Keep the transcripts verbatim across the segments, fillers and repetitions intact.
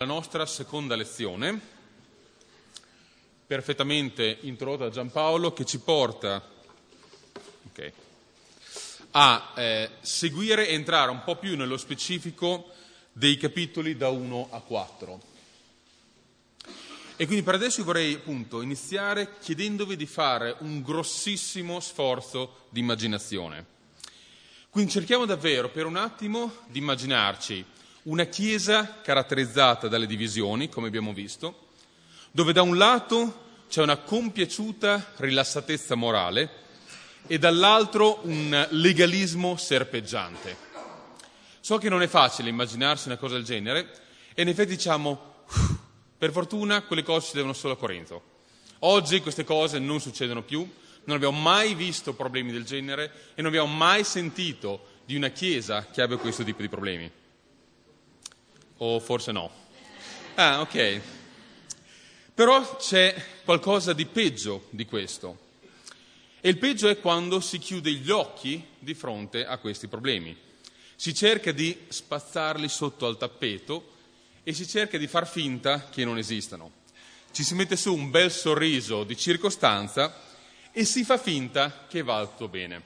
La nostra seconda lezione, perfettamente introdotta da Giampaolo, che ci porta okay, a eh, seguire e entrare un po' più nello specifico dei capitoli da uno a quattro. E quindi per adesso io vorrei appunto iniziare chiedendovi di fare un grossissimo sforzo di immaginazione. Quindi cerchiamo davvero per un attimo di immaginarci una chiesa caratterizzata dalle divisioni, come abbiamo visto, dove da un lato c'è una compiaciuta rilassatezza morale e dall'altro un legalismo serpeggiante. So che non è facile immaginarsi una cosa del genere e in effetti diciamo, per fortuna quelle cose succedevano solo a Corinto. Oggi queste cose non succedono più, non abbiamo mai visto problemi del genere e non abbiamo mai sentito di una chiesa che abbia questo tipo di problemi. O forse no. Ah, ok. Però c'è qualcosa di peggio di questo. E il peggio è quando si chiude gli occhi di fronte a questi problemi. Si cerca di spazzarli sotto al tappeto e si cerca di far finta che non esistano. Ci si mette su un bel sorriso di circostanza e si fa finta che va tutto bene.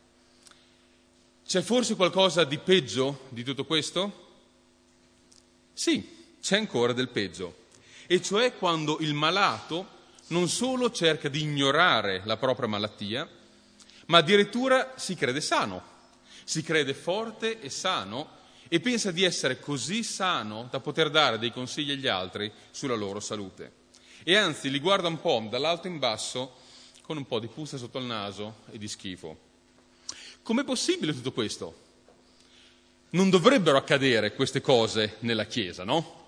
C'è forse qualcosa di peggio di tutto questo? Sì, c'è ancora del peggio, e cioè quando il malato non solo cerca di ignorare la propria malattia, ma addirittura si crede sano, si crede forte e sano e pensa di essere così sano da poter dare dei consigli agli altri sulla loro salute. E anzi li guarda un po' dall'alto in basso con un po' di puzza sotto il naso e di schifo. Com'è possibile tutto questo? Non dovrebbero accadere queste cose nella Chiesa, no?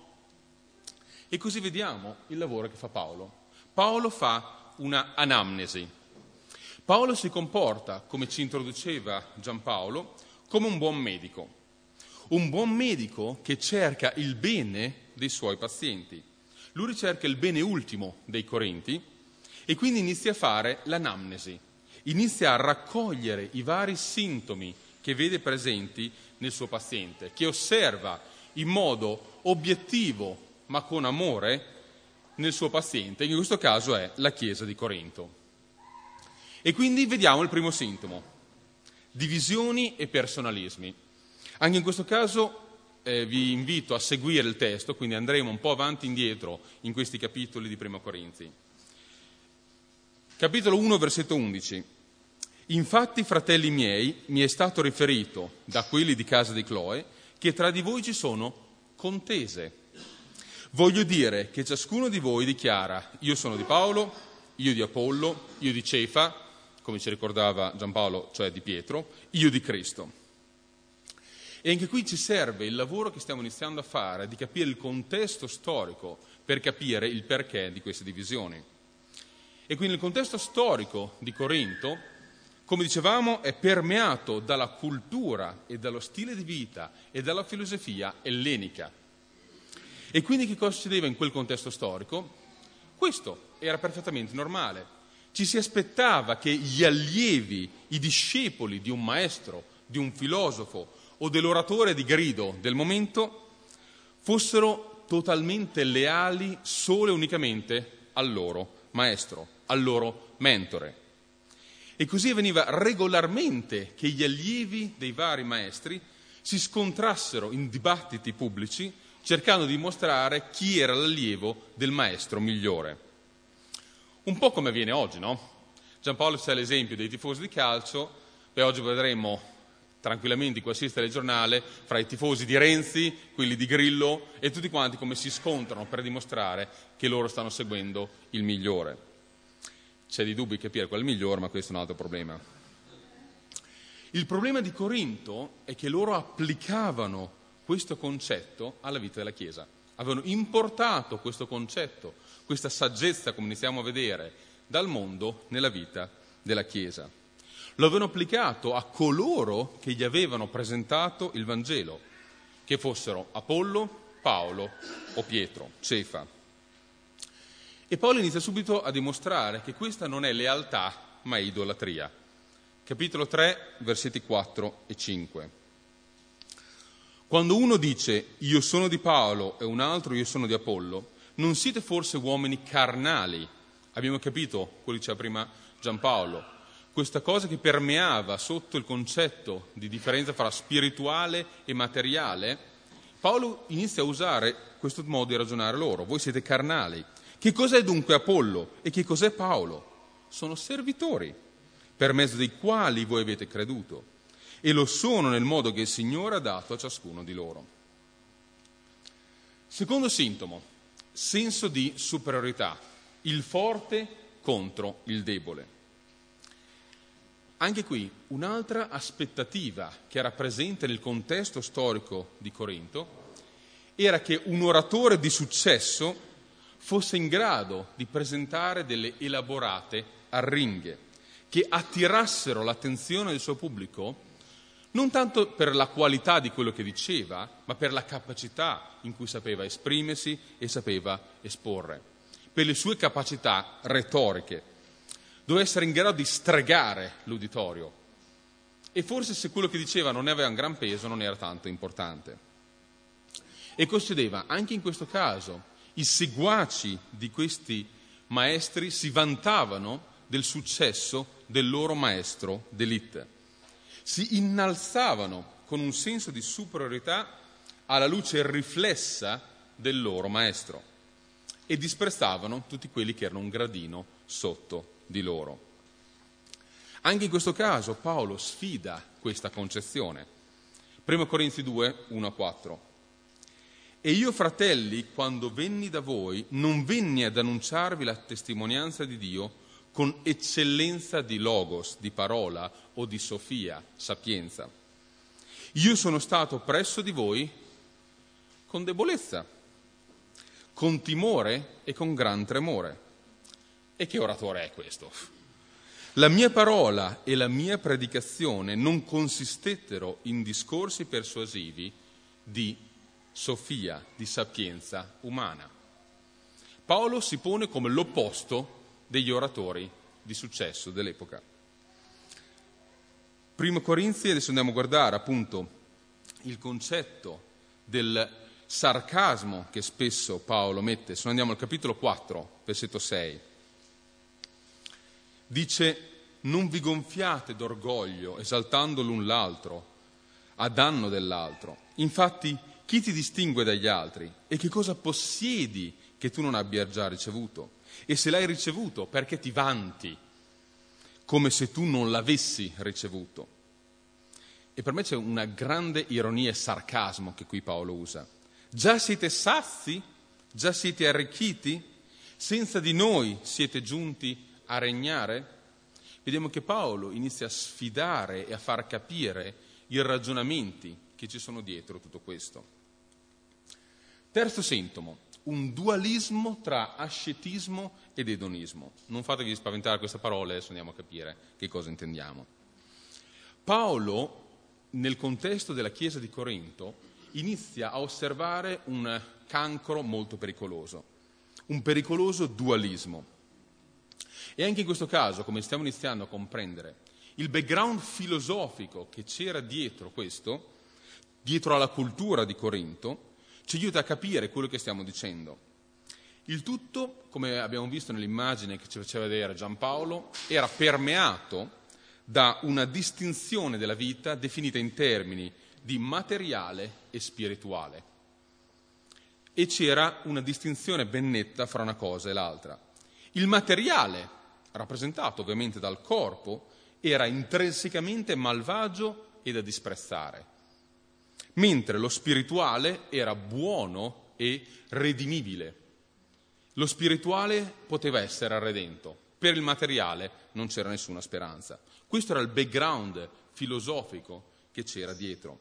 E così vediamo il lavoro che fa Paolo. Paolo fa una anamnesi. Paolo si comporta, come ci introduceva Giampaolo, come un buon medico. Un buon medico che cerca il bene dei suoi pazienti. Lui ricerca il bene ultimo dei Corinti e quindi inizia a fare l'anamnesi. Inizia a raccogliere i vari sintomi che vede presenti nel suo paziente, che osserva in modo obiettivo ma con amore nel suo paziente, che in questo caso è la Chiesa di Corinto. E quindi vediamo il primo sintomo, divisioni e personalismi. Anche in questo caso eh, vi invito a seguire il testo, quindi andremo un po' avanti e indietro in questi capitoli di Primo Corinzi. Capitolo uno, versetto undici. Infatti, fratelli miei, mi è stato riferito da quelli di casa di Cloe che tra di voi ci sono contese. Voglio dire che ciascuno di voi dichiara: io sono di Paolo, io di Apollo, io di Cefa, come ci ricordava Giampaolo, cioè di Pietro, io di Cristo. E anche qui ci serve il lavoro che stiamo iniziando a fare, di capire il contesto storico per capire il perché di queste divisioni. E quindi il contesto storico di Corinto, come dicevamo, è permeato dalla cultura e dallo stile di vita e dalla filosofia ellenica. E quindi che cosa succedeva in quel contesto storico? Questo era perfettamente normale. Ci si aspettava che gli allievi, i discepoli di un maestro, di un filosofo o dell'oratore di grido del momento fossero totalmente leali solo e unicamente al loro maestro, al loro mentore. E così avveniva regolarmente che gli allievi dei vari maestri si scontrassero in dibattiti pubblici cercando di dimostrare chi era l'allievo del maestro migliore. Un po' come avviene oggi, no? Giampaolo c'è l'esempio dei tifosi di calcio e oggi vedremo tranquillamente in qualsiasi telegiornale fra i tifosi di Renzi, quelli di Grillo e tutti quanti come si scontrano per dimostrare che loro stanno seguendo il migliore. C'è di dubbi capire qual è il migliore, ma questo è un altro problema. Il problema di Corinto è che loro applicavano questo concetto alla vita della Chiesa. Avevano importato questo concetto, questa saggezza, come iniziamo a vedere, dal mondo nella vita della Chiesa. Lo avevano applicato a coloro che gli avevano presentato il Vangelo, che fossero Apollo, Paolo o Pietro, Cefa. E Paolo inizia subito a dimostrare che questa non è lealtà, ma è idolatria. Capitolo tre, versetti quattro e cinque. Quando uno dice io sono di Paolo e un altro io sono di Apollo, non siete forse uomini carnali? Abbiamo capito quello che diceva prima Giampaolo, questa cosa che permeava sotto il concetto di differenza fra spirituale e materiale. Paolo inizia a usare questo modo di ragionare loro. Voi siete carnali. Che cos'è dunque Apollo e che cos'è Paolo? Sono servitori per mezzo dei quali voi avete creduto, e lo sono nel modo che il Signore ha dato a ciascuno di loro. Secondo sintomo, senso di superiorità, il forte contro il debole. Anche qui un'altra aspettativa che era presente nel contesto storico di Corinto era che un oratore di successo fosse in grado di presentare delle elaborate arringhe che attirassero l'attenzione del suo pubblico non tanto per la qualità di quello che diceva, ma per la capacità in cui sapeva esprimersi e sapeva esporre, per le sue capacità retoriche. Doveva essere in grado di stregare l'uditorio. E forse se quello che diceva non ne aveva un gran peso, non era tanto importante. E concedeva, anche in questo caso, i seguaci di questi maestri si vantavano del successo del loro maestro d'élite. Si innalzavano con un senso di superiorità alla luce riflessa del loro maestro e disprezzavano tutti quelli che erano un gradino sotto di loro. Anche in questo caso Paolo sfida questa concezione. Primo Corinzi due, uno a quattro. E io, fratelli, quando venni da voi, non venni ad annunciarvi la testimonianza di Dio con eccellenza di logos, di parola o di sofia, sapienza. Io sono stato presso di voi con debolezza, con timore e con gran tremore. E che oratore è questo? La mia parola e la mia predicazione non consistettero in discorsi persuasivi di sofia, di sapienza umana. Paolo si pone come l'opposto degli oratori di successo dell'epoca. Primo Corinzi, adesso andiamo a guardare appunto il concetto del sarcasmo che spesso Paolo mette. Se noi andiamo al capitolo quattro, versetto sei, dice: non vi gonfiate d'orgoglio esaltando l'un l'altro a danno dell'altro. Infatti chi ti distingue dagli altri? E che cosa possiedi che tu non abbia già ricevuto? E se l'hai ricevuto, perché ti vanti come se tu non l'avessi ricevuto? E per me c'è una grande ironia e sarcasmo che qui Paolo usa. Già siete sazi? Già siete arricchiti? Senza di noi siete giunti a regnare? Vediamo che Paolo inizia a sfidare e a far capire i ragionamenti che ci sono dietro tutto questo. Terzo sintomo, un dualismo tra ascetismo ed edonismo. Non fatevi spaventare queste parole, adesso andiamo a capire che cosa intendiamo. Paolo, nel contesto della Chiesa di Corinto, inizia a osservare un cancro molto pericoloso, un pericoloso dualismo. E anche in questo caso, come stiamo iniziando a comprendere, il background filosofico che c'era dietro questo, dietro alla cultura di Corinto, ci aiuta a capire quello che stiamo dicendo. Il tutto, come abbiamo visto nell'immagine che ci faceva vedere Giampaolo, era permeato da una distinzione della vita definita in termini di materiale e spirituale. E c'era una distinzione ben netta fra una cosa e l'altra. Il materiale, rappresentato ovviamente dal corpo, era intrinsecamente malvagio e da disprezzare, mentre lo spirituale era buono e redimibile. Lo spirituale poteva essere redento, per il materiale non c'era nessuna speranza. Questo era il background filosofico che c'era dietro.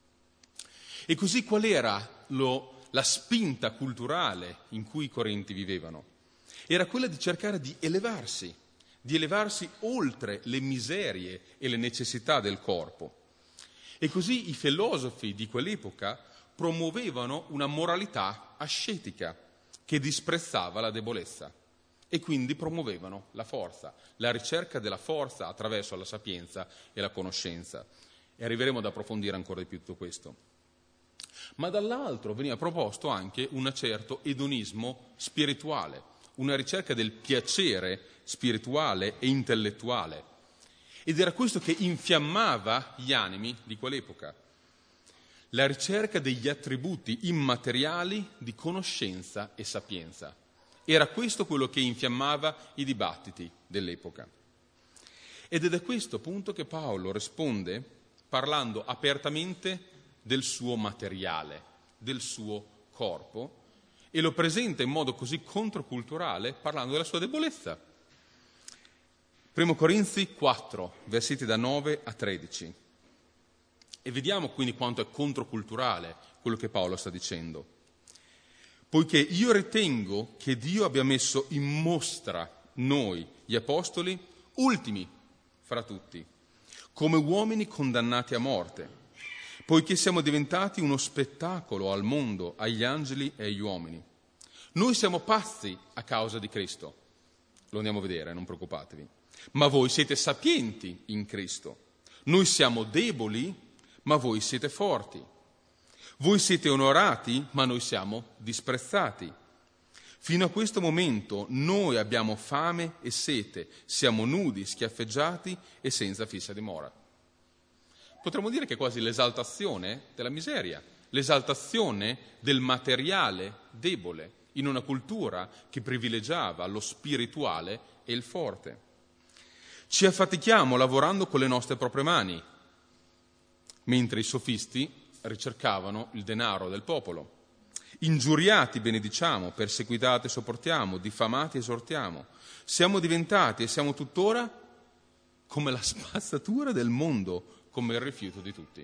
E così qual era lo, la spinta culturale in cui i Corinti vivevano? Era quella di cercare di elevarsi, di elevarsi oltre le miserie e le necessità del corpo. E così i filosofi di quell'epoca promuovevano una moralità ascetica che disprezzava la debolezza e quindi promuovevano la forza, la ricerca della forza attraverso la sapienza e la conoscenza. E arriveremo ad approfondire ancora di più tutto questo. Ma dall'altro veniva proposto anche un certo edonismo spirituale, una ricerca del piacere spirituale e intellettuale. Ed era questo che infiammava gli animi di quell'epoca, la ricerca degli attributi immateriali di conoscenza e sapienza. Era questo quello che infiammava i dibattiti dell'epoca. Ed è da questo punto che Paolo risponde parlando apertamente del suo materiale, del suo corpo, e lo presenta in modo così controculturale parlando della sua debolezza. Primo Corinzi quattro, versetti da nove a tredici. E vediamo quindi quanto è controculturale quello che Paolo sta dicendo. Poiché io ritengo che Dio abbia messo in mostra noi, gli apostoli, ultimi fra tutti, come uomini condannati a morte, poiché siamo diventati uno spettacolo al mondo, agli angeli e agli uomini. Noi siamo pazzi a causa di Cristo. Lo andiamo a vedere, non preoccupatevi. Ma voi siete sapienti in Cristo. Noi siamo deboli, ma voi siete forti. Voi siete onorati, ma noi siamo disprezzati. Fino a questo momento noi abbiamo fame e sete, siamo nudi, schiaffeggiati e senza fissa dimora. Potremmo dire che è quasi l'esaltazione della miseria, l'esaltazione del materiale debole in una cultura che privilegiava lo spirituale e il forte. Ci affatichiamo lavorando con le nostre proprie mani, mentre i sofisti ricercavano il denaro del popolo. Ingiuriati benediciamo, perseguitati sopportiamo, diffamati esortiamo. Siamo diventati e siamo tuttora come la spazzatura del mondo, come il rifiuto di tutti.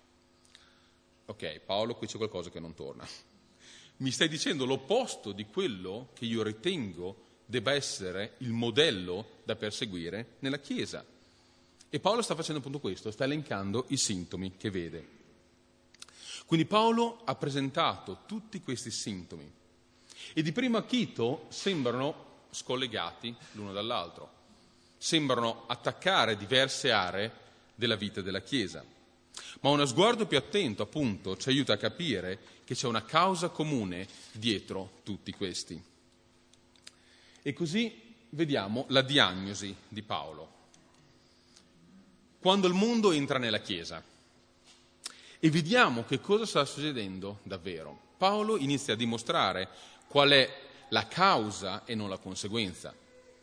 Ok, Paolo, qui c'è qualcosa che non torna. Mi stai dicendo l'opposto di quello che io ritengo debba essere il modello da perseguire nella Chiesa. E Paolo sta facendo appunto questo, sta elencando i sintomi che vede. Quindi Paolo ha presentato tutti questi sintomi e di primo acchito sembrano scollegati l'uno dall'altro, sembrano attaccare diverse aree della vita della Chiesa. Ma uno sguardo più attento, appunto, ci aiuta a capire che c'è una causa comune dietro tutti questi. E così vediamo la diagnosi di Paolo. Quando il mondo entra nella Chiesa, e vediamo che cosa sta succedendo davvero. Paolo inizia a dimostrare qual è la causa e non la conseguenza.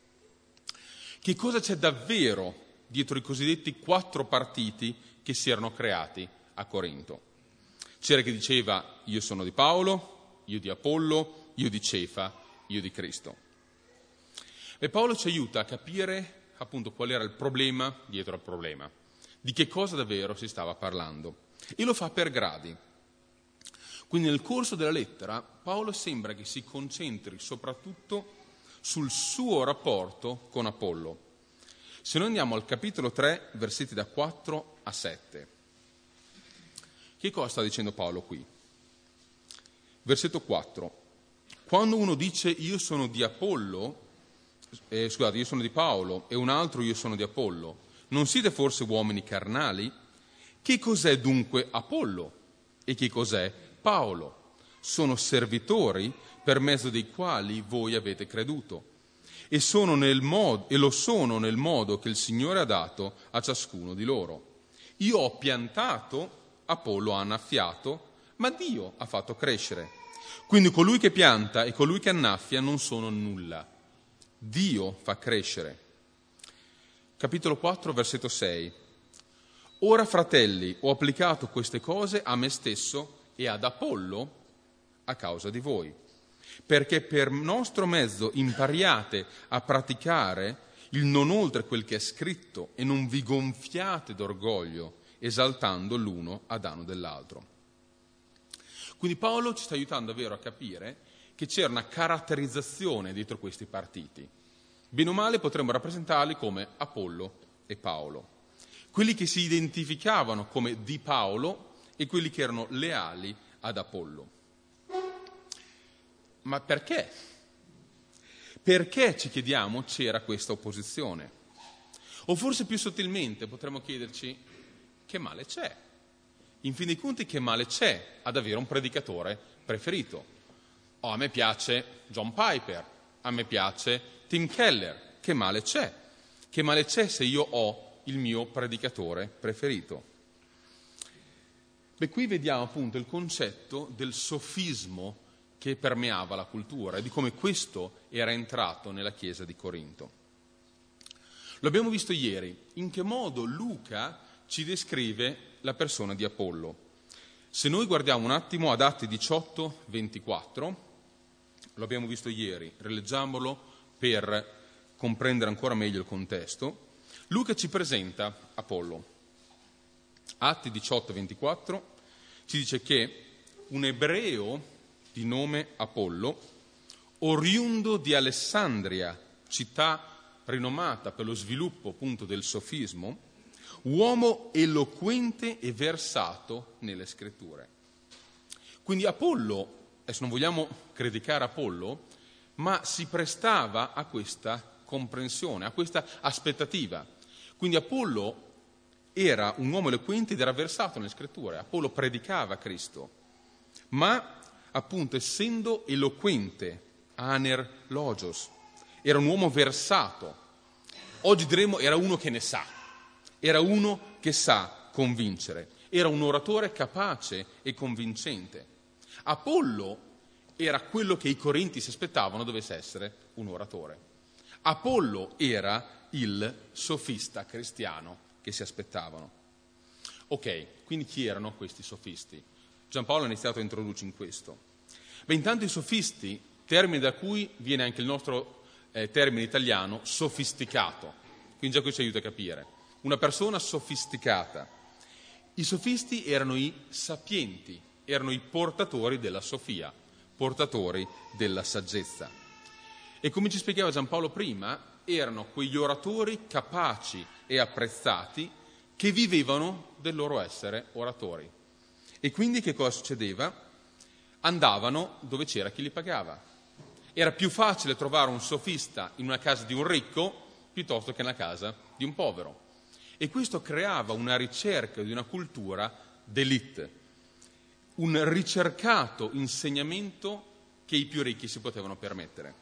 Che cosa c'è davvero dietro i cosiddetti quattro partiti che si erano creati a Corinto. C'era chi diceva io sono di Paolo, io di Apollo, io di Cefa, io di Cristo. E Paolo ci aiuta a capire appunto qual era il problema dietro al problema, di che cosa davvero si stava parlando. E lo fa per gradi. Quindi nel corso della lettera Paolo sembra che si concentri soprattutto sul suo rapporto con Apollo. Se noi andiamo al capitolo tre, versetti da quattro a sette, che cosa sta dicendo Paolo qui? Versetto quattro. Quando uno dice io sono di Apollo, eh, scusate, io sono di Paolo e un altro io sono di Apollo, non siete forse uomini carnali? Che cos'è dunque Apollo e che cos'è Paolo? Sono servitori per mezzo dei quali voi avete creduto e, sono nel mod- e lo sono nel modo che il Signore ha dato a ciascuno di loro. Io ho piantato, Apollo ha annaffiato, ma Dio ha fatto crescere. Quindi colui che pianta e colui che annaffia non sono nulla. Dio fa crescere. Capitolo quattro, versetto sei. Ora, fratelli, ho applicato queste cose a me stesso e ad Apollo a causa di voi, perché per nostro mezzo impariate a praticare il non oltre quel che è scritto e non vi gonfiate d'orgoglio, esaltando l'uno a danno dell'altro. Quindi Paolo ci sta aiutando davvero a capire che c'era una caratterizzazione dietro questi partiti. Bene o male potremmo rappresentarli come Apollo e Paolo. Quelli che si identificavano come di Paolo e quelli che erano leali ad Apollo. Ma perché? Perché, ci chiediamo, c'era questa opposizione? O forse più sottilmente potremmo chiederci che male c'è? In fin dei conti che male c'è ad avere un predicatore preferito? Oh, a me piace John Piper, a me piace Tim Keller, che male c'è? Che male c'è se io ho il mio predicatore preferito? Beh, qui vediamo appunto il concetto del sofismo che permeava la cultura e di come questo era entrato nella chiesa di Corinto. Lo abbiamo visto ieri, in che modo Luca ci descrive la persona di Apollo. Se noi guardiamo un attimo ad Atti diciotto ventiquattro, lo abbiamo visto ieri, rileggiamolo per comprendere ancora meglio il contesto, Luca ci presenta Apollo. Atti diciotto ventiquattro ci dice che un ebreo di nome Apollo, oriundo di Alessandria, città rinomata per lo sviluppo appunto del sofismo, uomo eloquente e versato nelle scritture. Quindi Apollo, adesso non vogliamo criticare Apollo, ma si prestava a questa comprensione, a questa aspettativa. Quindi Apollo era un uomo eloquente ed era versato nelle scritture. Apollo predicava Cristo, ma appunto essendo eloquente, aner logos, era un uomo versato. Oggi diremmo era uno che ne sa, era uno che sa convincere, era un oratore capace e convincente. Apollo era quello che i corinti si aspettavano dovesse essere un oratore. Apollo era il sofista cristiano che si aspettavano. Ok, quindi chi erano questi sofisti? Giampaolo ha iniziato a introdurci in questo. Beh, intanto i sofisti, termine da cui viene anche il nostro eh, termine italiano, sofisticato. Quindi già questo ci aiuta a capire. Una persona sofisticata. I sofisti erano i sapienti, erano i portatori della sofia, portatori della saggezza. E come ci spiegava Giampaolo prima, erano quegli oratori capaci e apprezzati che vivevano del loro essere oratori. E quindi che cosa succedeva? Andavano dove c'era chi li pagava. Era più facile trovare un sofista in una casa di un ricco piuttosto che nella casa di un povero. E questo creava una ricerca di una cultura d'élite, un ricercato insegnamento che i più ricchi si potevano permettere.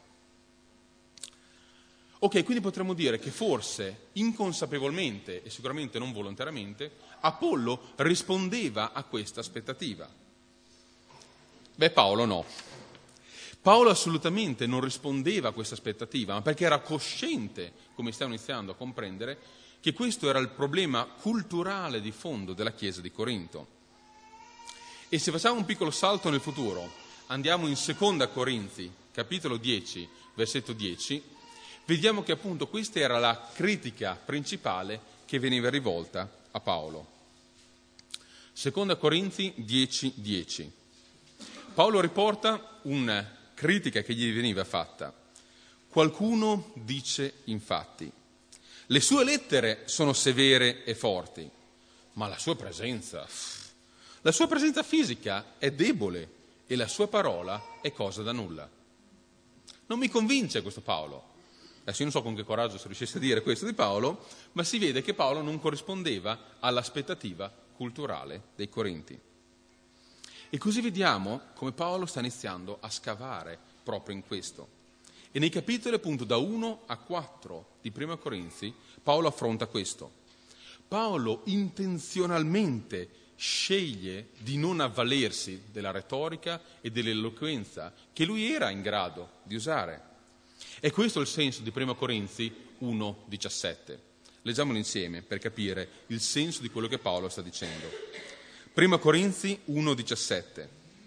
Ok, quindi potremmo dire che forse inconsapevolmente e sicuramente non volontariamente Apollo rispondeva a questa aspettativa. Beh, Paolo no. Paolo assolutamente non rispondeva a questa aspettativa, ma perché era cosciente, come stiamo iniziando a comprendere, che questo era il problema culturale di fondo della Chiesa di Corinto. E se facciamo un piccolo salto nel futuro, andiamo in Seconda Corinzi, capitolo dieci, versetto dieci, vediamo che appunto questa era la critica principale che veniva rivolta a Paolo. Seconda Corinzi dieci dieci. Paolo riporta una critica che gli veniva fatta. Qualcuno dice infatti: le sue lettere sono severe e forti, ma la sua presenza, la sua presenza fisica è debole e la sua parola è cosa da nulla. Non mi convince questo Paolo. Adesso io non so con che coraggio si riuscisse a dire questo di Paolo, ma si vede che Paolo non corrispondeva all'aspettativa culturale dei Corinti. E così vediamo come Paolo sta iniziando a scavare proprio in questo. E nei capitoli appunto da uno a quattro di Prima Corinzi Paolo affronta questo. Paolo intenzionalmente sceglie di non avvalersi della retorica e dell'eloquenza che lui era in grado di usare. E questo è il senso di Prima Corinzi uno diciassette. Leggiamolo insieme per capire il senso di quello che Paolo sta dicendo. Prima Corinzi uno diciassette.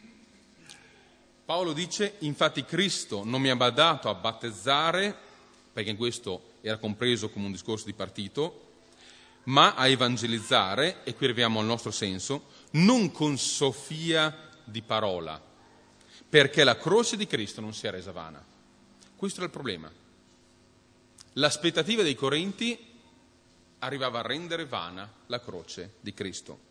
Paolo dice: infatti Cristo non mi ha mandato a battezzare, perché in questo era compreso come un discorso di partito, ma a evangelizzare, e qui arriviamo al nostro senso, non con sofia di parola, perché la croce di Cristo non sia resa vana. Questo era il problema. L'aspettativa dei Corinti arrivava a rendere vana la croce di Cristo.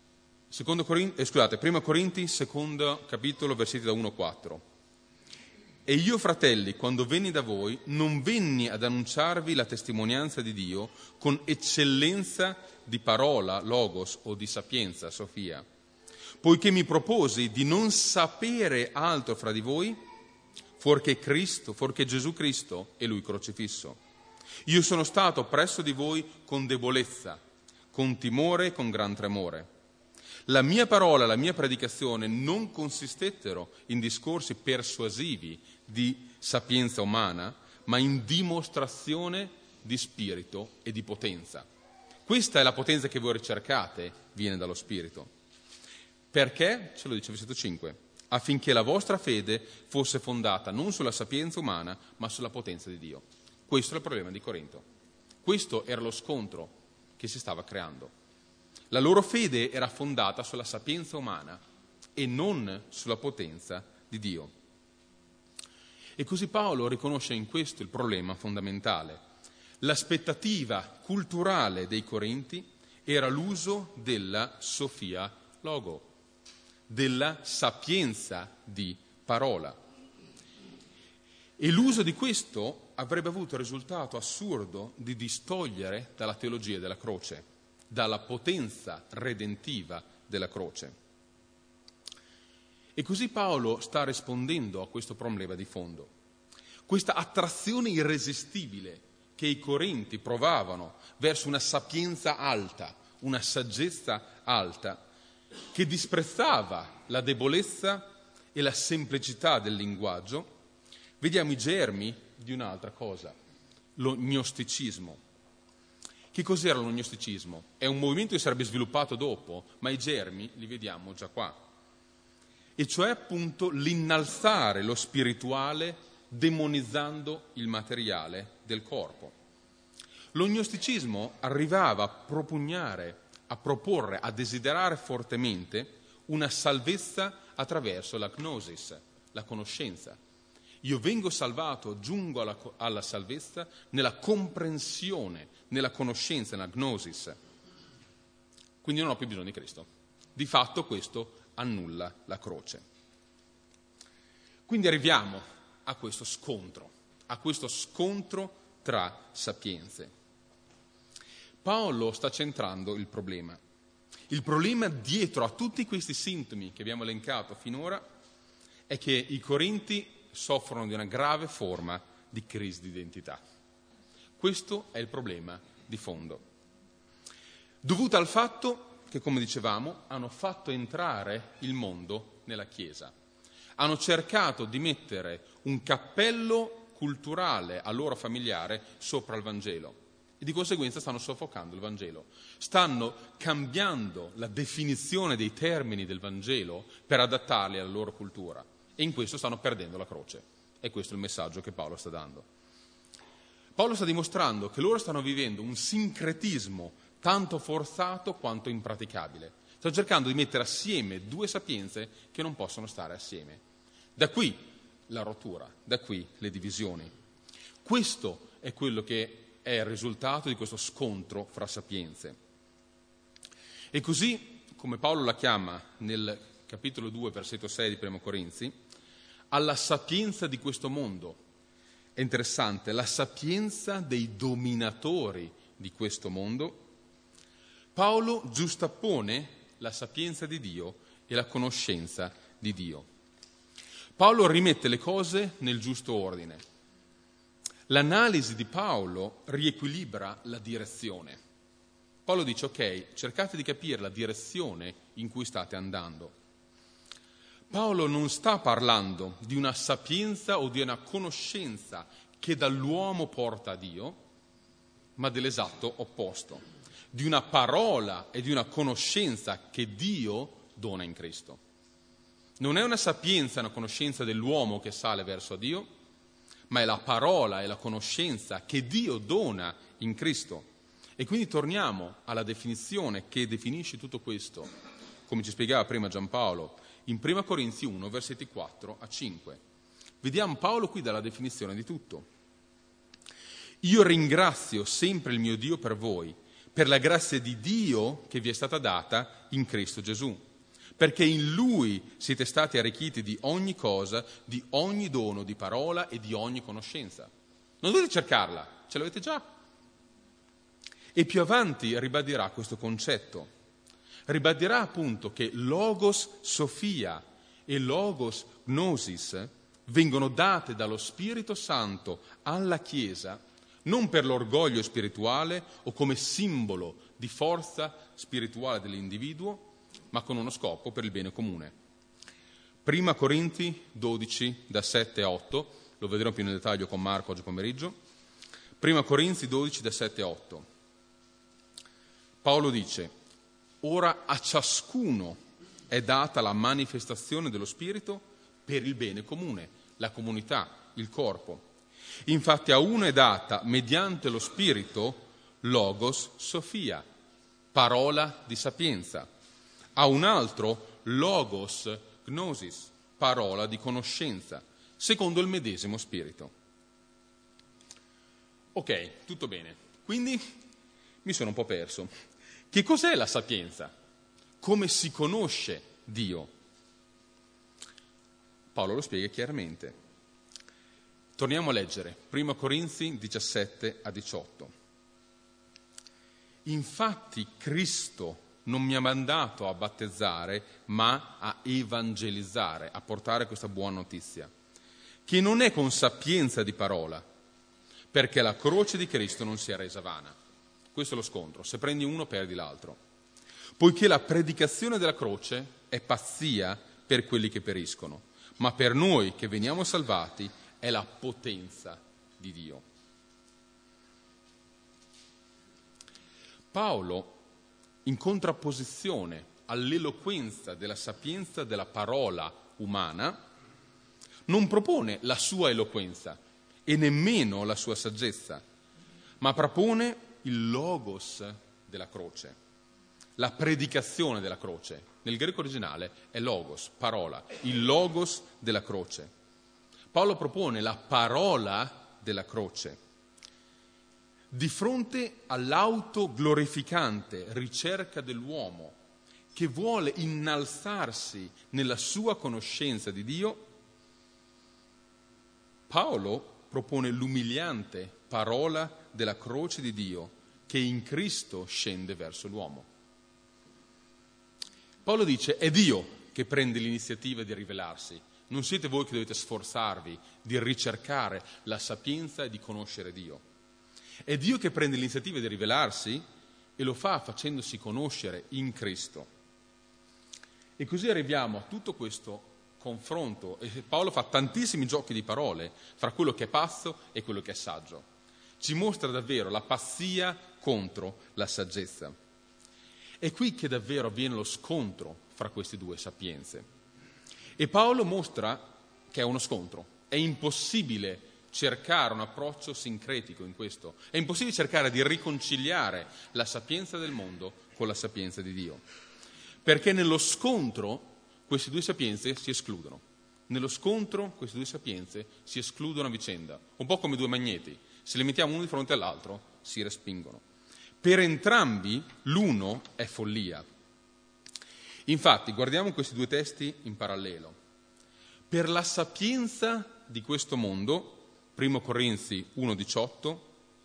Secondo Corinti, eh, scusate, Prima Corinti, secondo capitolo, versetti da uno a quattro. E io, fratelli, quando venni da voi, non venni ad annunciarvi la testimonianza di Dio con eccellenza di parola, logos, o di sapienza, sofia, poiché mi proposi di non sapere altro fra di voi, fuorché Cristo, fuorché Gesù Cristo e Lui crocifisso. Io sono stato presso di voi con debolezza, con timore e con gran tremore. La mia parola, la mia predicazione non consistettero in discorsi persuasivi di sapienza umana, ma in dimostrazione di spirito e di potenza. Questa è la potenza che voi ricercate, viene dallo Spirito. Perché? Ce lo dice il versetto cinque. Affinché la vostra fede fosse fondata non sulla sapienza umana, ma sulla potenza di Dio. Questo è il problema di Corinto. Questo era lo scontro che si stava creando. La loro fede era fondata sulla sapienza umana e non sulla potenza di Dio. E così Paolo riconosce in questo il problema fondamentale. L'aspettativa culturale dei Corinti era l'uso della sofia logo, della sapienza di parola. E l'uso di questo avrebbe avuto il risultato assurdo di distogliere dalla teologia della croce, dalla potenza redentiva della croce. E così Paolo sta rispondendo a questo problema di fondo. Questa attrazione irresistibile che i Corinti provavano verso una sapienza alta, una saggezza alta, che disprezzava la debolezza e la semplicità del linguaggio, vediamo i germi di un'altra cosa, lo gnosticismo. Che cos'era lo gnosticismo? È un movimento che sarebbe sviluppato dopo, ma i germi li vediamo già qua. E cioè appunto l'innalzare lo spirituale demonizzando il materiale del corpo. Lo gnosticismo arrivava a propugnare, a proporre, a desiderare fortemente una salvezza attraverso la gnosis, la conoscenza. Io vengo salvato, giungo alla, alla salvezza nella comprensione, nella conoscenza, nella gnosis. Quindi non ho più bisogno di Cristo. Di fatto questo annulla la croce. Quindi arriviamo a questo scontro, a questo scontro tra sapienze. Paolo sta centrando il problema. Il problema dietro a tutti questi sintomi che abbiamo elencato finora è che i Corinti soffrono di una grave forma di crisi di identità. Questo è il problema di fondo, dovuto al fatto che, come dicevamo, hanno fatto entrare il mondo nella Chiesa. Hanno cercato di mettere un cappello culturale a loro familiare sopra il Vangelo e di conseguenza stanno soffocando il Vangelo. Stanno cambiando la definizione dei termini del Vangelo per adattarli alla loro cultura. E in questo stanno perdendo la croce. E questo è il messaggio che Paolo sta dando. Paolo sta dimostrando che loro stanno vivendo un sincretismo tanto forzato quanto impraticabile. Stanno cercando di mettere assieme due sapienze che non possono stare assieme. Da qui la rottura, da qui le divisioni. Questo è quello che è il risultato di questo scontro fra sapienze. E così, come Paolo la chiama nel capitolo due, versetto sei di Primo Corinzi, alla sapienza di questo mondo. È interessante, la sapienza dei dominatori di questo mondo. Paolo giustappone la sapienza di Dio e la conoscenza di Dio. Paolo rimette le cose nel giusto ordine. L'analisi di Paolo riequilibra la direzione. Paolo dice, ok, cercate di capire la direzione in cui state andando. Paolo non sta parlando di una sapienza o di una conoscenza che dall'uomo porta a Dio, ma dell'esatto opposto, di una parola e di una conoscenza che Dio dona in Cristo. Non è una sapienza, una conoscenza dell'uomo che sale verso Dio, ma è la parola e la conoscenza che Dio dona in Cristo. E quindi torniamo alla definizione che definisce tutto questo, come ci spiegava prima Giampaolo, in Primo Corinzi uno, versetti quattro a cinque. Vediamo Paolo qui dalla definizione di tutto. Io ringrazio sempre il mio Dio per voi, per la grazia di Dio che vi è stata data in Cristo Gesù, perché in Lui siete stati arricchiti di ogni cosa, di ogni dono, di parola e di ogni conoscenza. Non dovete cercarla, ce l'avete già. E più avanti ribadirà questo concetto. Ribadirà appunto che Logos Sofia e Logos Gnosis vengono date dallo Spirito Santo alla Chiesa non per l'orgoglio spirituale o come simbolo di forza spirituale dell'individuo, ma con uno scopo, per il bene comune. Prima Corinzi dodici, da sette a otto, lo vedremo più nel dettaglio con Marco oggi pomeriggio. Prima Corinzi dodici, da sette a otto. Paolo dice: ora a ciascuno è data la manifestazione dello Spirito per il bene comune, la comunità, il corpo. Infatti a uno è data, mediante lo Spirito, Logos Sofia, parola di sapienza. A un altro Logos Gnosis, parola di conoscenza, secondo il medesimo Spirito. Ok, tutto bene. Quindi mi sono un po' perso. Che cos'è la sapienza? Come si conosce Dio? Paolo lo spiega chiaramente. Torniamo a leggere, Prima Corinzi diciassette a diciotto. Infatti Cristo non mi ha mandato a battezzare, ma a evangelizzare, a portare questa buona notizia, che non è con sapienza di parola, perché la croce di Cristo non sia resa vana. Questo è lo scontro, se prendi uno perdi l'altro. Poiché la predicazione della croce è pazzia per quelli che periscono, ma per noi che veniamo salvati è la potenza di Dio. Paolo, in contrapposizione all'eloquenza della sapienza della parola umana, non propone la sua eloquenza e nemmeno la sua saggezza, ma propone il logos della croce, la predicazione della croce. Nel greco originale è logos, parola, il logos della croce. Paolo propone la parola della croce. Di fronte all'autoglorificante ricerca dell'uomo che vuole innalzarsi nella sua conoscenza di Dio, Paolo propone l'umiliante parola della croce di Dio che in Cristo scende verso l'uomo. Paolo dice: è Dio che prende l'iniziativa di rivelarsi, non siete voi che dovete sforzarvi di ricercare la sapienza e di conoscere Dio. È Dio che prende l'iniziativa di rivelarsi e lo fa facendosi conoscere in Cristo. E così arriviamo a tutto questo confronto, e Paolo fa tantissimi giochi di parole fra quello che è pazzo e quello che è saggio. Ci mostra davvero la pazzia contro la saggezza. È qui che davvero avviene lo scontro fra queste due sapienze. E Paolo mostra che è uno scontro. È impossibile cercare un approccio sincretico in questo. È impossibile cercare di riconciliare la sapienza del mondo con la sapienza di Dio. Perché nello scontro queste due sapienze si escludono. Nello scontro queste due sapienze si escludono a vicenda. Un po' come due magneti. Se li mettiamo uno di fronte all'altro, si respingono. Per entrambi l'uno è follia. Infatti, guardiamo questi due testi in parallelo. Per la sapienza di questo mondo, Primo Corinzi uno diciotto,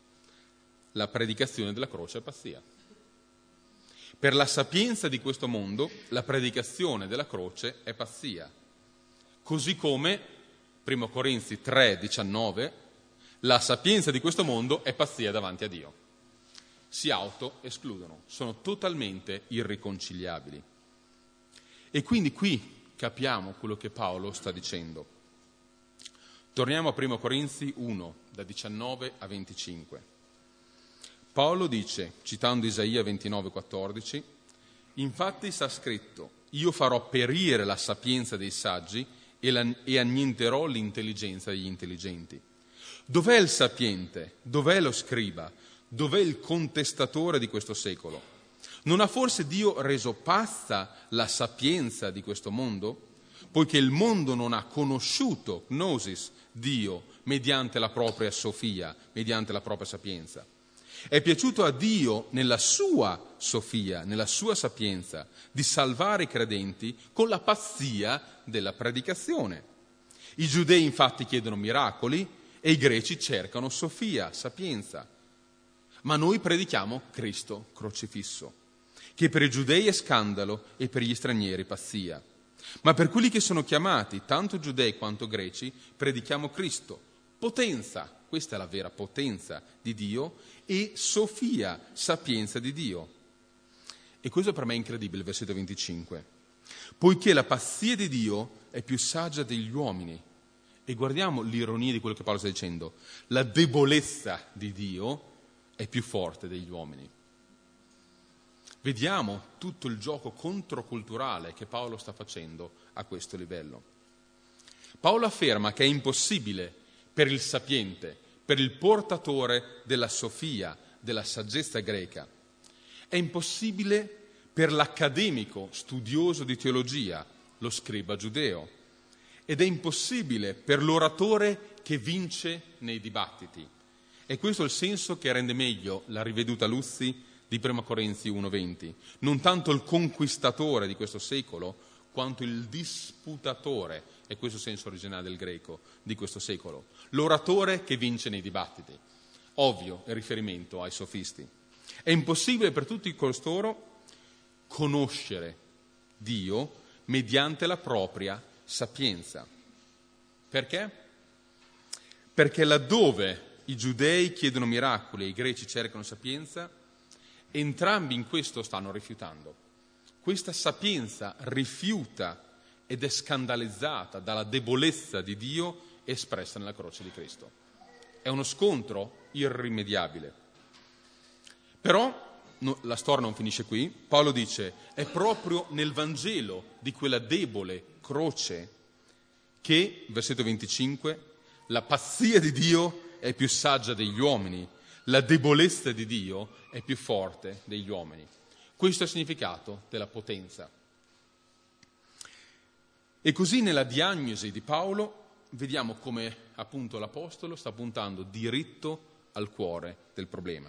la predicazione della croce è pazzia. Per la sapienza di questo mondo, la predicazione della croce è pazzia. Così come, Primo Corinzi tre diciannove, la sapienza di questo mondo è pazzia davanti a Dio. Si auto-escludono, sono totalmente irriconciliabili. E quindi qui capiamo quello che Paolo sta dicendo. Torniamo a Primo Corinzi uno, da diciannove a venticinque. Paolo dice, citando Isaia ventinove quattordici, infatti sta scritto: io farò perire la sapienza dei saggi e, la, e annienterò l'intelligenza degli intelligenti. Dov'è il sapiente? Dov'è lo scriba? Dov'è il contestatore di questo secolo? Non ha forse Dio reso pazza la sapienza di questo mondo? Poiché il mondo non ha conosciuto, gnosis, Dio, mediante la propria sofia, mediante la propria sapienza. È piaciuto a Dio nella sua sofia, nella sua sapienza, di salvare i credenti con la pazzia della predicazione. I giudei infatti chiedono miracoli e i greci cercano sofia, sapienza. Ma noi predichiamo Cristo crocifisso, che per i giudei è scandalo e per gli stranieri pazzia. Ma per quelli che sono chiamati, tanto giudei quanto greci, predichiamo Cristo, potenza, questa è la vera potenza di Dio, e sofia, sapienza di Dio. E questo per me è incredibile, il versetto venticinque. Poiché la pazzia di Dio è più saggia degli uomini. E guardiamo l'ironia di quello che Paolo sta dicendo. La debolezza di Dio è più forte degli uomini. Vediamo tutto il gioco controculturale che Paolo sta facendo a questo livello. Paolo afferma che è impossibile per il sapiente, per il portatore della sofia, della saggezza greca. È impossibile per l'accademico studioso di teologia, lo scriba giudeo. Ed è impossibile per l'oratore che vince nei dibattiti. E questo è il senso che rende meglio la riveduta Luzzi di Prima Corinzi uno venti. Non tanto il conquistatore di questo secolo, quanto il disputatore, è questo il senso originale del greco, di questo secolo. L'oratore che vince nei dibattiti. Ovvio, è riferimento ai sofisti. È impossibile per tutti costoro conoscere Dio mediante la propria sapienza. Perché? Perché laddove i giudei chiedono miracoli e i greci cercano sapienza, entrambi in questo stanno rifiutando. Questa sapienza rifiuta ed è scandalizzata dalla debolezza di Dio espressa nella croce di Cristo. È uno scontro irrimediabile. Però no, la storia non finisce qui. Paolo dice, è proprio nel Vangelo di quella debole croce che, versetto venticinque, la pazzia di Dio è più saggia degli uomini, la debolezza di Dio è più forte degli uomini. Questo è il significato della potenza. E così nella diagnosi di Paolo vediamo come appunto l'Apostolo sta puntando diritto al cuore del problema.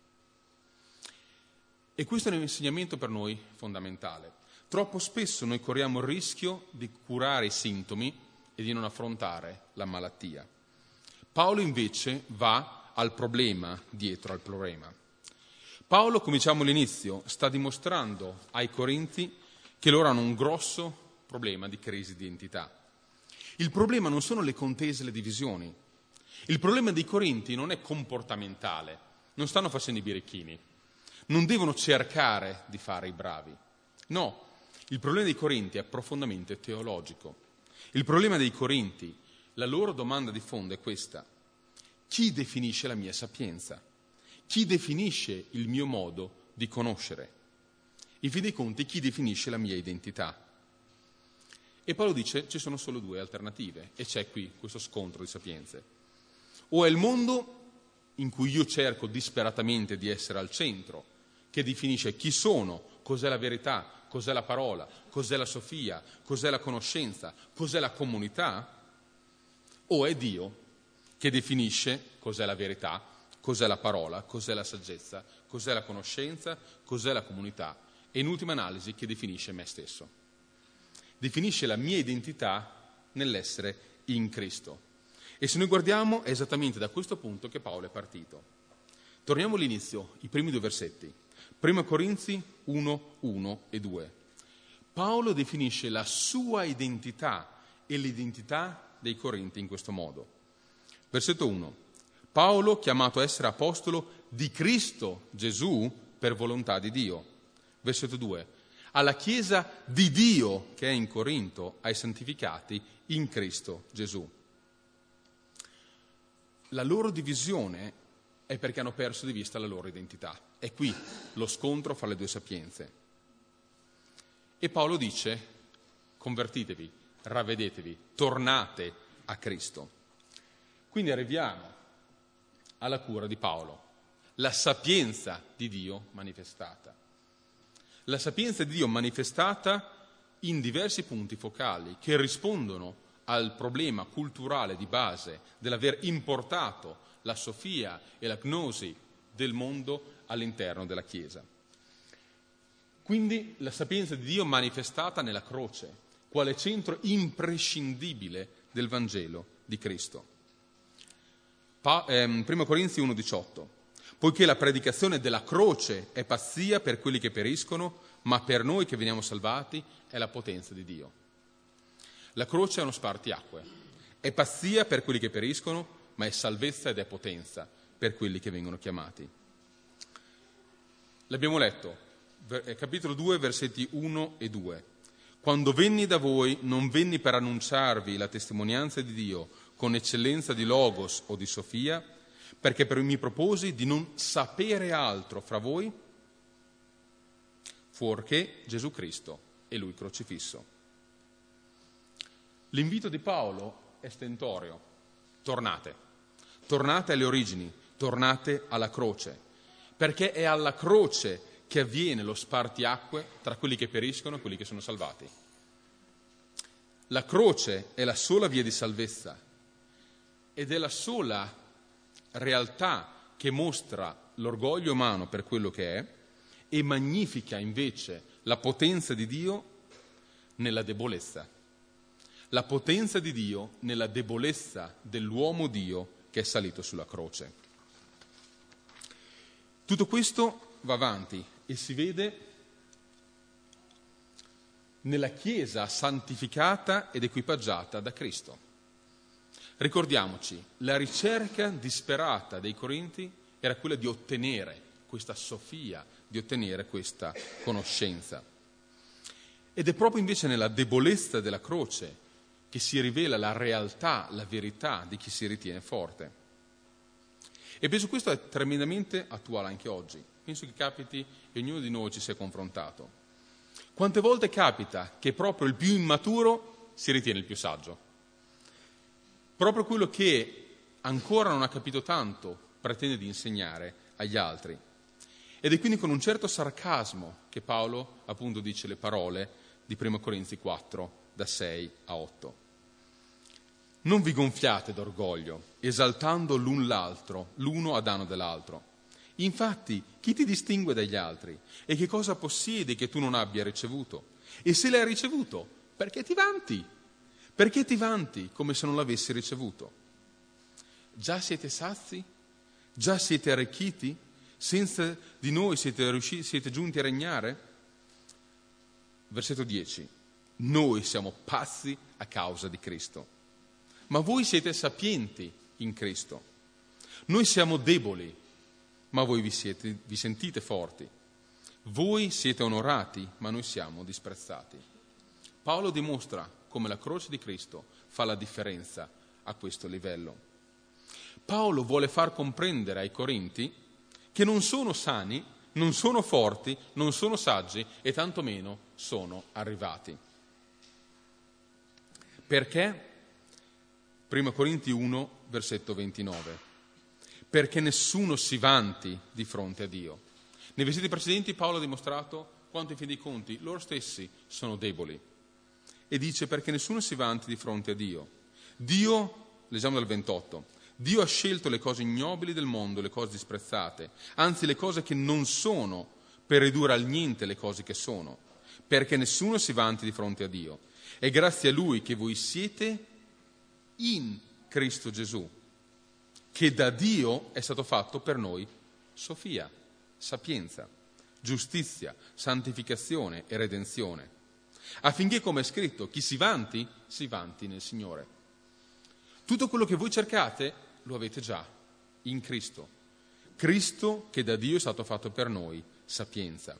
E questo è un insegnamento per noi fondamentale. Troppo spesso noi corriamo il rischio di curare i sintomi e di non affrontare la malattia. Paolo invece va al problema dietro al problema. Paolo, come diciamo all'inizio, sta dimostrando ai Corinzi che loro hanno un grosso problema di crisi di identità. Il problema non sono le contese e le divisioni. Il problema dei Corinti non è comportamentale, non stanno facendo i birichini, non devono cercare di fare i bravi. No, il problema dei Corinti è profondamente teologico. Il problema dei Corinti, la loro domanda di fondo è questa: chi definisce la mia sapienza? Chi definisce il mio modo di conoscere? In fin dei conti, chi definisce la mia identità? E Paolo dice ci sono solo due alternative, e c'è qui questo scontro di sapienze. O è il mondo in cui io cerco disperatamente di essere al centro, che definisce chi sono, cos'è la verità, cos'è la parola, cos'è la sofia, cos'è la conoscenza, cos'è la comunità, o è Dio che definisce cos'è la verità, cos'è la parola, cos'è la saggezza, cos'è la conoscenza, cos'è la comunità, e in ultima analisi che definisce me stesso. Definisce la mia identità nell'essere in Cristo. E se noi guardiamo è esattamente da questo punto che Paolo è partito. Torniamo all'inizio, i primi due versetti. Prima Corinzi uno, uno e due. Paolo definisce la sua identità e l'identità dei Corinti in questo modo. Versetto uno. Paolo, chiamato a essere apostolo di Cristo Gesù per volontà di Dio. Versetto due. Alla Chiesa di Dio che è in Corinto, ai santificati in Cristo Gesù. La loro divisione è perché hanno perso di vista la loro identità. È qui lo scontro fra le due sapienze. E Paolo dice, convertitevi, ravvedetevi, tornate a Cristo. Quindi arriviamo alla cura di Paolo, la sapienza di Dio manifestata. La sapienza di Dio manifestata in diversi punti focali che rispondono al problema culturale di base dell'aver importato la sofia e la gnosi del mondo all'interno della Chiesa. Quindi la sapienza di Dio manifestata nella croce, quale centro imprescindibile del Vangelo di Cristo. Pa- ehm, primo Corinzi uno diciotto. Poiché la predicazione della croce è pazzia per quelli che periscono, ma per noi che veniamo salvati è la potenza di Dio. La croce è uno spartiacque, è pazzia per quelli che periscono, ma è salvezza ed è potenza per quelli che vengono chiamati. L'abbiamo letto, capitolo due, versetti uno e due. Quando venni da voi non venni per annunciarvi la testimonianza di Dio con eccellenza di logos o di sofia, perché per mi proposi di non sapere altro fra voi fuorché Gesù Cristo e Lui crocifisso. L'invito di Paolo è stentorio. Tornate. Tornate alle origini, tornate alla croce, perché è alla croce che avviene lo spartiacque tra quelli che periscono e quelli che sono salvati. La croce è la sola via di salvezza ed è la sola realtà che mostra l'orgoglio umano per quello che è e magnifica invece la potenza di Dio nella debolezza. La potenza di Dio nella debolezza dell'uomo Dio che è salito sulla croce. Tutto questo va avanti e si vede nella Chiesa santificata ed equipaggiata da Cristo. Ricordiamoci, la ricerca disperata dei Corinti era quella di ottenere questa sofia, di ottenere questa conoscenza. Ed è proprio invece nella debolezza della croce che si rivela la realtà, la verità di chi si ritiene forte. E penso questo è tremendamente attuale anche oggi. Penso che capiti e ognuno di noi ci sia confrontato. Quante volte capita che proprio il più immaturo si ritiene il più saggio? Proprio quello che ancora non ha capito tanto pretende di insegnare agli altri. Ed è quindi con un certo sarcasmo che Paolo appunto dice le parole di primo Corinzi quattro, da sei a otto. Non vi gonfiate d'orgoglio, esaltando l'un l'altro, l'uno a danno dell'altro. Infatti, chi ti distingue dagli altri? E che cosa possiedi che tu non abbia ricevuto? E se l'hai ricevuto, perché ti vanti? Perché ti vanti come se non l'avessi ricevuto? Già siete sazi? Già siete arricchiti? Senza di noi siete, riusciti, siete giunti a regnare? Versetto dieci. Noi siamo pazzi a causa di Cristo, ma voi siete sapienti in Cristo. Noi siamo deboli, ma voi vi, siete, vi sentite forti. Voi siete onorati, ma noi siamo disprezzati. Paolo dimostra come la croce di Cristo fa la differenza a questo livello. Paolo vuole far comprendere ai Corinti che non sono sani, non sono forti, non sono saggi e tantomeno sono arrivati. Perché? primo Corinzi uno, versetto ventinove. Perché nessuno si vanti di fronte a Dio. Nei versetti precedenti Paolo ha dimostrato quanto in fin dei conti loro stessi sono deboli. E dice perché nessuno si vanti di fronte a Dio. Dio, leggiamo dal ventotto, Dio ha scelto le cose ignobili del mondo, le cose disprezzate, anzi le cose che non sono, per ridurre al niente le cose che sono, perché nessuno si vanti di fronte a Dio. È grazie a Lui che voi siete in Cristo Gesù, che da Dio è stato fatto per noi sofia, sapienza, giustizia, santificazione e redenzione, affinché, come è scritto, chi si vanti, si vanti nel Signore. Tutto quello che voi cercate lo avete già in Cristo. Cristo che da Dio è stato fatto per noi sapienza.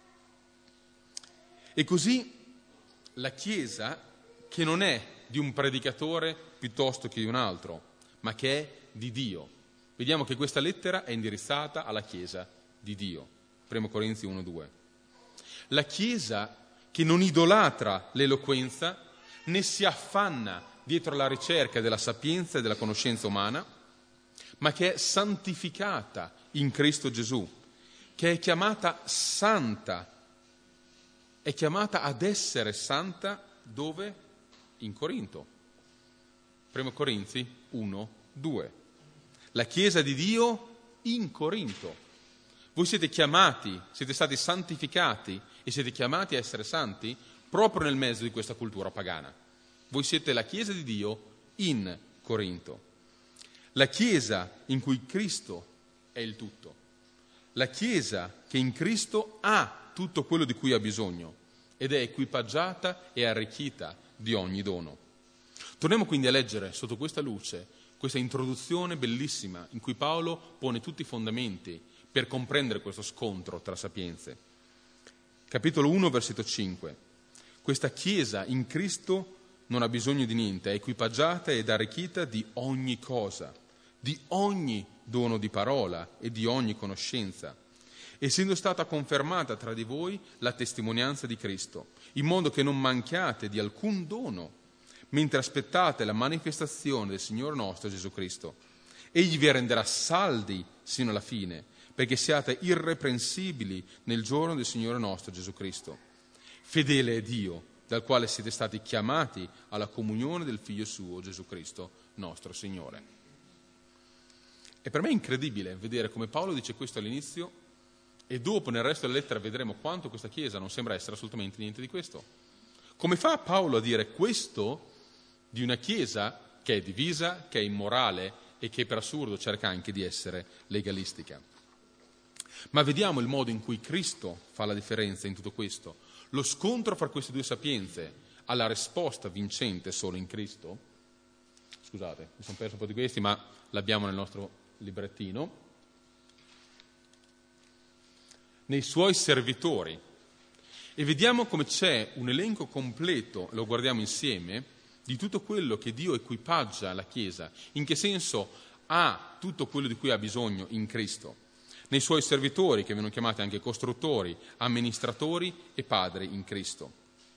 E così la Chiesa, che non è di un predicatore piuttosto che di un altro, ma che è di Dio. Vediamo che questa lettera è indirizzata alla Chiesa di Dio. primo Corinzi uno due. La Chiesa che non idolatra l'eloquenza né si affanna dietro la ricerca della sapienza e della conoscenza umana, ma che è santificata in Cristo Gesù, che è chiamata santa, è chiamata ad essere santa dove? In Corinto. primo Corinzi uno due. La Chiesa di Dio in Corinto. Voi siete chiamati, siete stati santificati e siete chiamati a essere santi proprio nel mezzo di questa cultura pagana. Voi siete la Chiesa di Dio in Corinto. La Chiesa in cui Cristo è il tutto. La Chiesa che in Cristo ha tutto quello di cui ha bisogno ed è equipaggiata e arricchita di ogni dono. Torniamo quindi a leggere sotto questa luce questa introduzione bellissima in cui Paolo pone tutti i fondamenti per comprendere questo scontro tra sapienze. Capitolo uno, versetto cinque. Questa Chiesa in Cristo non ha bisogno di niente, è equipaggiata ed arricchita di ogni cosa, di ogni dono di parola e di ogni conoscenza, essendo stata confermata tra di voi la testimonianza di Cristo, in modo che non manchiate di alcun dono, mentre aspettate la manifestazione del Signore nostro Gesù Cristo. Egli vi renderà saldi sino alla fine, perché siate irreprensibili nel giorno del Signore nostro Gesù Cristo. Fedele è Dio, dal quale siete stati chiamati alla comunione del Figlio suo, Gesù Cristo, nostro Signore. E per me è incredibile vedere come Paolo dice questo all'inizio e dopo nel resto della lettera vedremo quanto questa Chiesa non sembra essere assolutamente niente di questo. Come fa Paolo a dire questo di una Chiesa che è divisa, che è immorale e che per assurdo cerca anche di essere legalistica? Ma vediamo il modo in cui Cristo fa la differenza in tutto questo. Lo scontro fra queste due sapienze ha la risposta vincente solo in Cristo. Scusate, mi sono perso un po' di questi, ma l'abbiamo nel nostro librettino. Nei suoi servitori. E vediamo come c'è un elenco completo, lo guardiamo insieme, di tutto quello che Dio equipaggia alla Chiesa. In che senso ha tutto quello di cui ha bisogno in Cristo. Nei suoi servitori, che vengono chiamati anche costruttori, amministratori e padri in Cristo.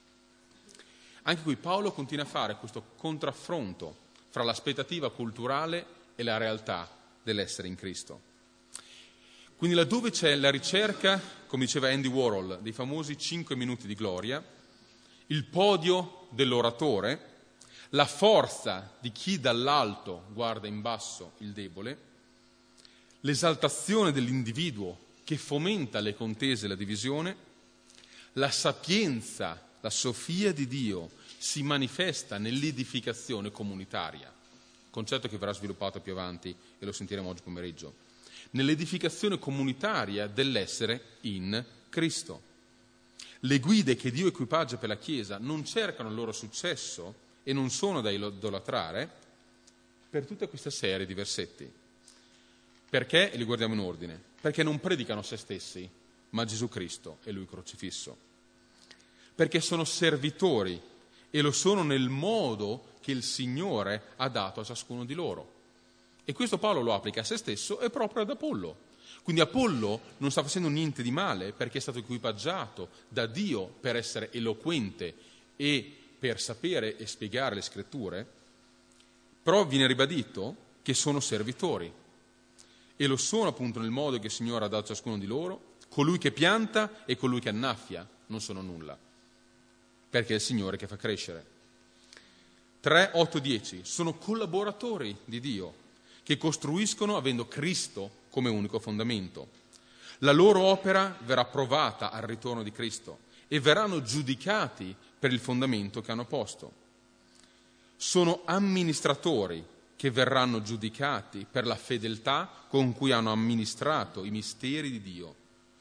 Anche qui Paolo continua a fare questo contraffronto fra l'aspettativa culturale e la realtà dell'essere in Cristo. Quindi laddove c'è la ricerca, come diceva Andy Warhol, dei famosi cinque minuti di gloria, il podio dell'oratore, la forza di chi dall'alto guarda in basso il debole, l'esaltazione dell'individuo che fomenta le contese e la divisione, la sapienza, la sofia di Dio si manifesta nell'edificazione comunitaria, concetto che verrà sviluppato più avanti e lo sentiremo oggi pomeriggio, nell'edificazione comunitaria dell'essere in Cristo. Le guide che Dio equipaggia per la Chiesa non cercano il loro successo e non sono da idolatrare per tutta questa serie di versetti. Perché? E li guardiamo in ordine. Perché non predicano se stessi, ma Gesù Cristo e Lui crocifisso. Perché sono servitori e lo sono nel modo che il Signore ha dato a ciascuno di loro. E questo Paolo lo applica a se stesso e proprio ad Apollo. Quindi Apollo non sta facendo niente di male perché è stato equipaggiato da Dio per essere eloquente e per sapere e spiegare le Scritture, però viene ribadito che sono servitori. E lo sono appunto nel modo che il Signore ha dato a ciascuno di loro. Colui che pianta e colui che annaffia non sono nulla, perché è il Signore che fa crescere. tre, otto, dieci sono collaboratori di Dio che costruiscono avendo Cristo come unico fondamento. La loro opera verrà provata al ritorno di Cristo e verranno giudicati per il fondamento che hanno posto. Sono amministratori che verranno giudicati per la fedeltà con cui hanno amministrato i misteri di Dio.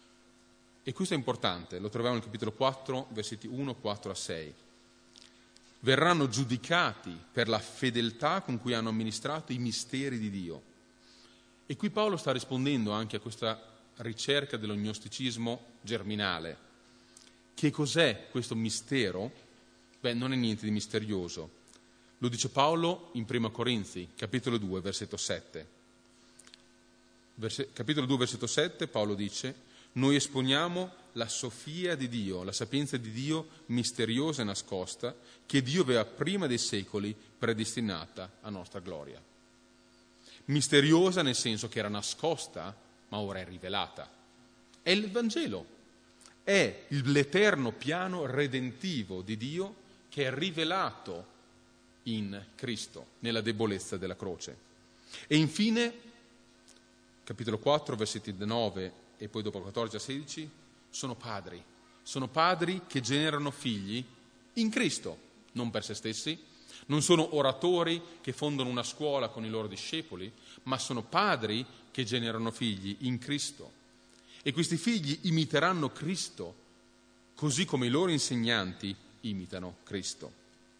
E questo è importante, lo troviamo nel capitolo quattro, versetti uno, quattro a sei. Verranno giudicati per la fedeltà con cui hanno amministrato i misteri di Dio. E qui Paolo sta rispondendo anche a questa ricerca dello gnosticismo germinale. Che cos'è questo mistero? Beh, non è niente di misterioso. Lo dice Paolo in primo Corinzi, capitolo due, versetto sette. Verse, capitolo due, versetto sette, Paolo dice: noi esponiamo la sofia di Dio, la sapienza di Dio misteriosa e nascosta, che Dio aveva prima dei secoli predestinata a nostra gloria. Misteriosa nel senso che era nascosta, ma ora è rivelata. È il Vangelo, è l'eterno piano redentivo di Dio che è rivelato in Cristo, nella debolezza della croce. E infine capitolo quattro, versetti da nove e poi dopo quattordici a sedici, sono padri. Sono padri che generano figli in Cristo, non per se stessi. Non sono oratori che fondano una scuola con i loro discepoli, ma sono padri che generano figli in Cristo. E questi figli imiteranno Cristo, così come i loro insegnanti imitano Cristo.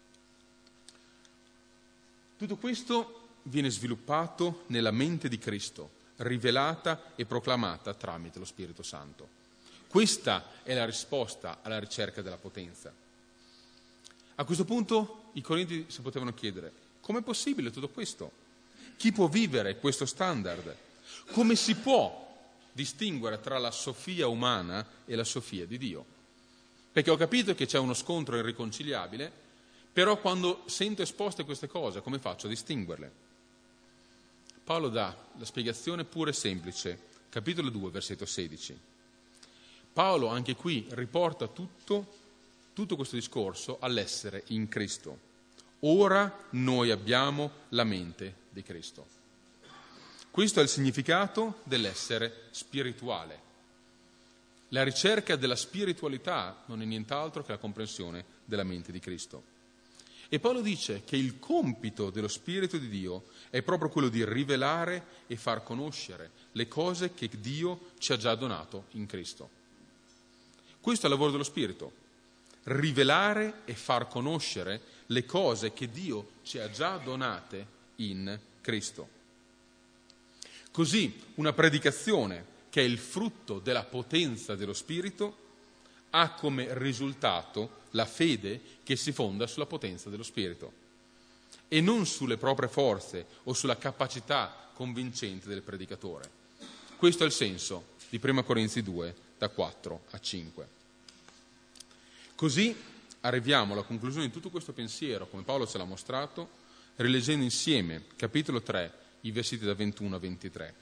Tutto questo viene sviluppato nella mente di Cristo, rivelata e proclamata tramite lo Spirito Santo. Questa è la risposta alla ricerca della potenza. A questo punto i Corinti si potevano chiedere: com'è possibile tutto questo? Chi può vivere questo standard? Come si può distinguere tra la sofia umana e la sofia di Dio? Perché ho capito che c'è uno scontro irriconciliabile, però quando sento esposte queste cose, come faccio a distinguerle? Paolo dà la spiegazione pura e semplice, capitolo due, versetto sedici. Paolo anche qui riporta tutto, tutto questo discorso all'essere in Cristo. Ora noi abbiamo la mente di Cristo. Questo è il significato dell'essere spirituale. La ricerca della spiritualità non è nient'altro che la comprensione della mente di Cristo. E Paolo dice che il compito dello Spirito di Dio è proprio quello di rivelare e far conoscere le cose che Dio ci ha già donato in Cristo. Questo è il lavoro dello Spirito, rivelare e far conoscere le cose che Dio ci ha già donate in Cristo. Così una predicazione che è il frutto della potenza dello Spirito ha come risultato la fede che si fonda sulla potenza dello Spirito e non sulle proprie forze o sulla capacità convincente del predicatore. Questo è il senso di prima Corinzi due, da quattro a cinque. Così arriviamo alla conclusione di tutto questo pensiero, come Paolo ce l'ha mostrato, rileggendo insieme capitolo tre, i versetti da ventuno a ventitré.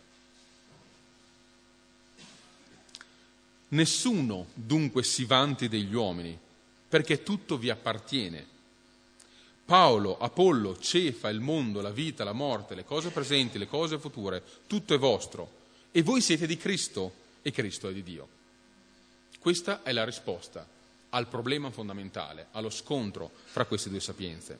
Nessuno dunque si vanti degli uomini, perché tutto vi appartiene. Paolo, Apollo, Cefa, il mondo, la vita, la morte, le cose presenti, le cose future, tutto è vostro. E voi siete di Cristo e Cristo è di Dio. Questa è la risposta al problema fondamentale, allo scontro fra queste due sapienze.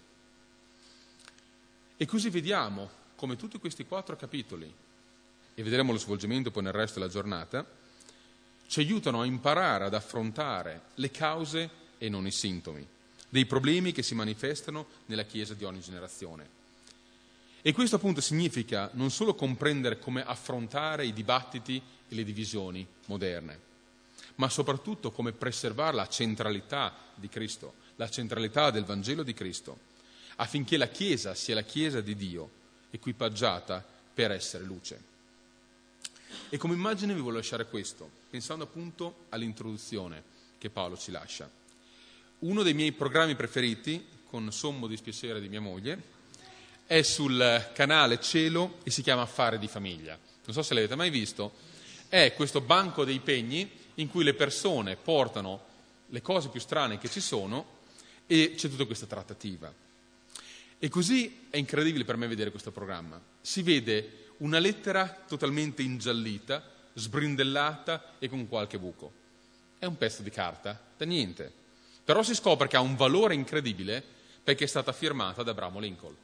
E così vediamo come tutti questi quattro capitoli, e vedremo lo svolgimento poi nel resto della giornata, ci aiutano a imparare ad affrontare le cause e non i sintomi dei problemi che si manifestano nella Chiesa di ogni generazione. E questo appunto significa non solo comprendere come affrontare i dibattiti e le divisioni moderne, ma soprattutto come preservare la centralità di Cristo, la centralità del Vangelo di Cristo, affinché la Chiesa sia la Chiesa di Dio, equipaggiata per essere luce. E come immagine vi voglio lasciare questo, pensando appunto all'introduzione che Paolo ci lascia. Uno dei miei programmi preferiti, con sommo dispiacere di mia moglie, è sul canale Cielo e si chiama Affari di Famiglia. Non so se l'avete mai visto. È questo banco dei pegni in cui le persone portano le cose più strane che ci sono e c'è tutta questa trattativa. E così è incredibile per me vedere questo programma. Si vede una lettera totalmente ingiallita, sbrindellata e con qualche buco. È un pezzo di carta, da niente. Però si scopre che ha un valore incredibile perché è stata firmata da Abramo Lincoln.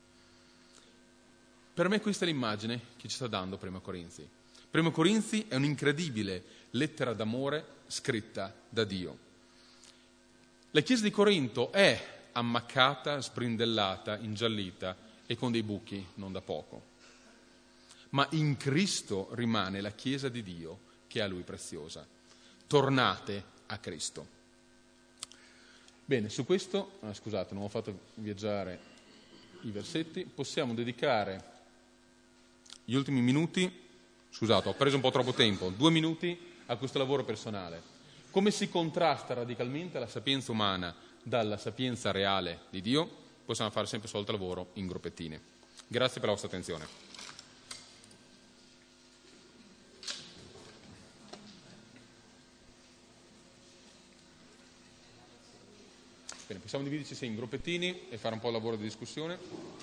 Per me questa è l'immagine che ci sta dando Primo Corinzi. Primo Corinzi è un'incredibile lettera d'amore scritta da Dio. La Chiesa di Corinto è ammaccata, sbrindellata, ingiallita e con dei buchi non da poco. Ma in Cristo rimane la Chiesa di Dio che è a Lui preziosa. Tornate a Cristo. Bene, su questo, ah, scusate, non ho fatto viaggiare i versetti, possiamo dedicare gli ultimi minuti, scusate, ho preso un po' troppo tempo, due minuti a questo lavoro personale. Come si contrasta radicalmente la sapienza umana dalla sapienza reale di Dio? Possiamo fare sempre solito lavoro in gruppettine. Grazie per la vostra attenzione. Bene, possiamo dividerci in gruppettini e fare un po' il lavoro di discussione.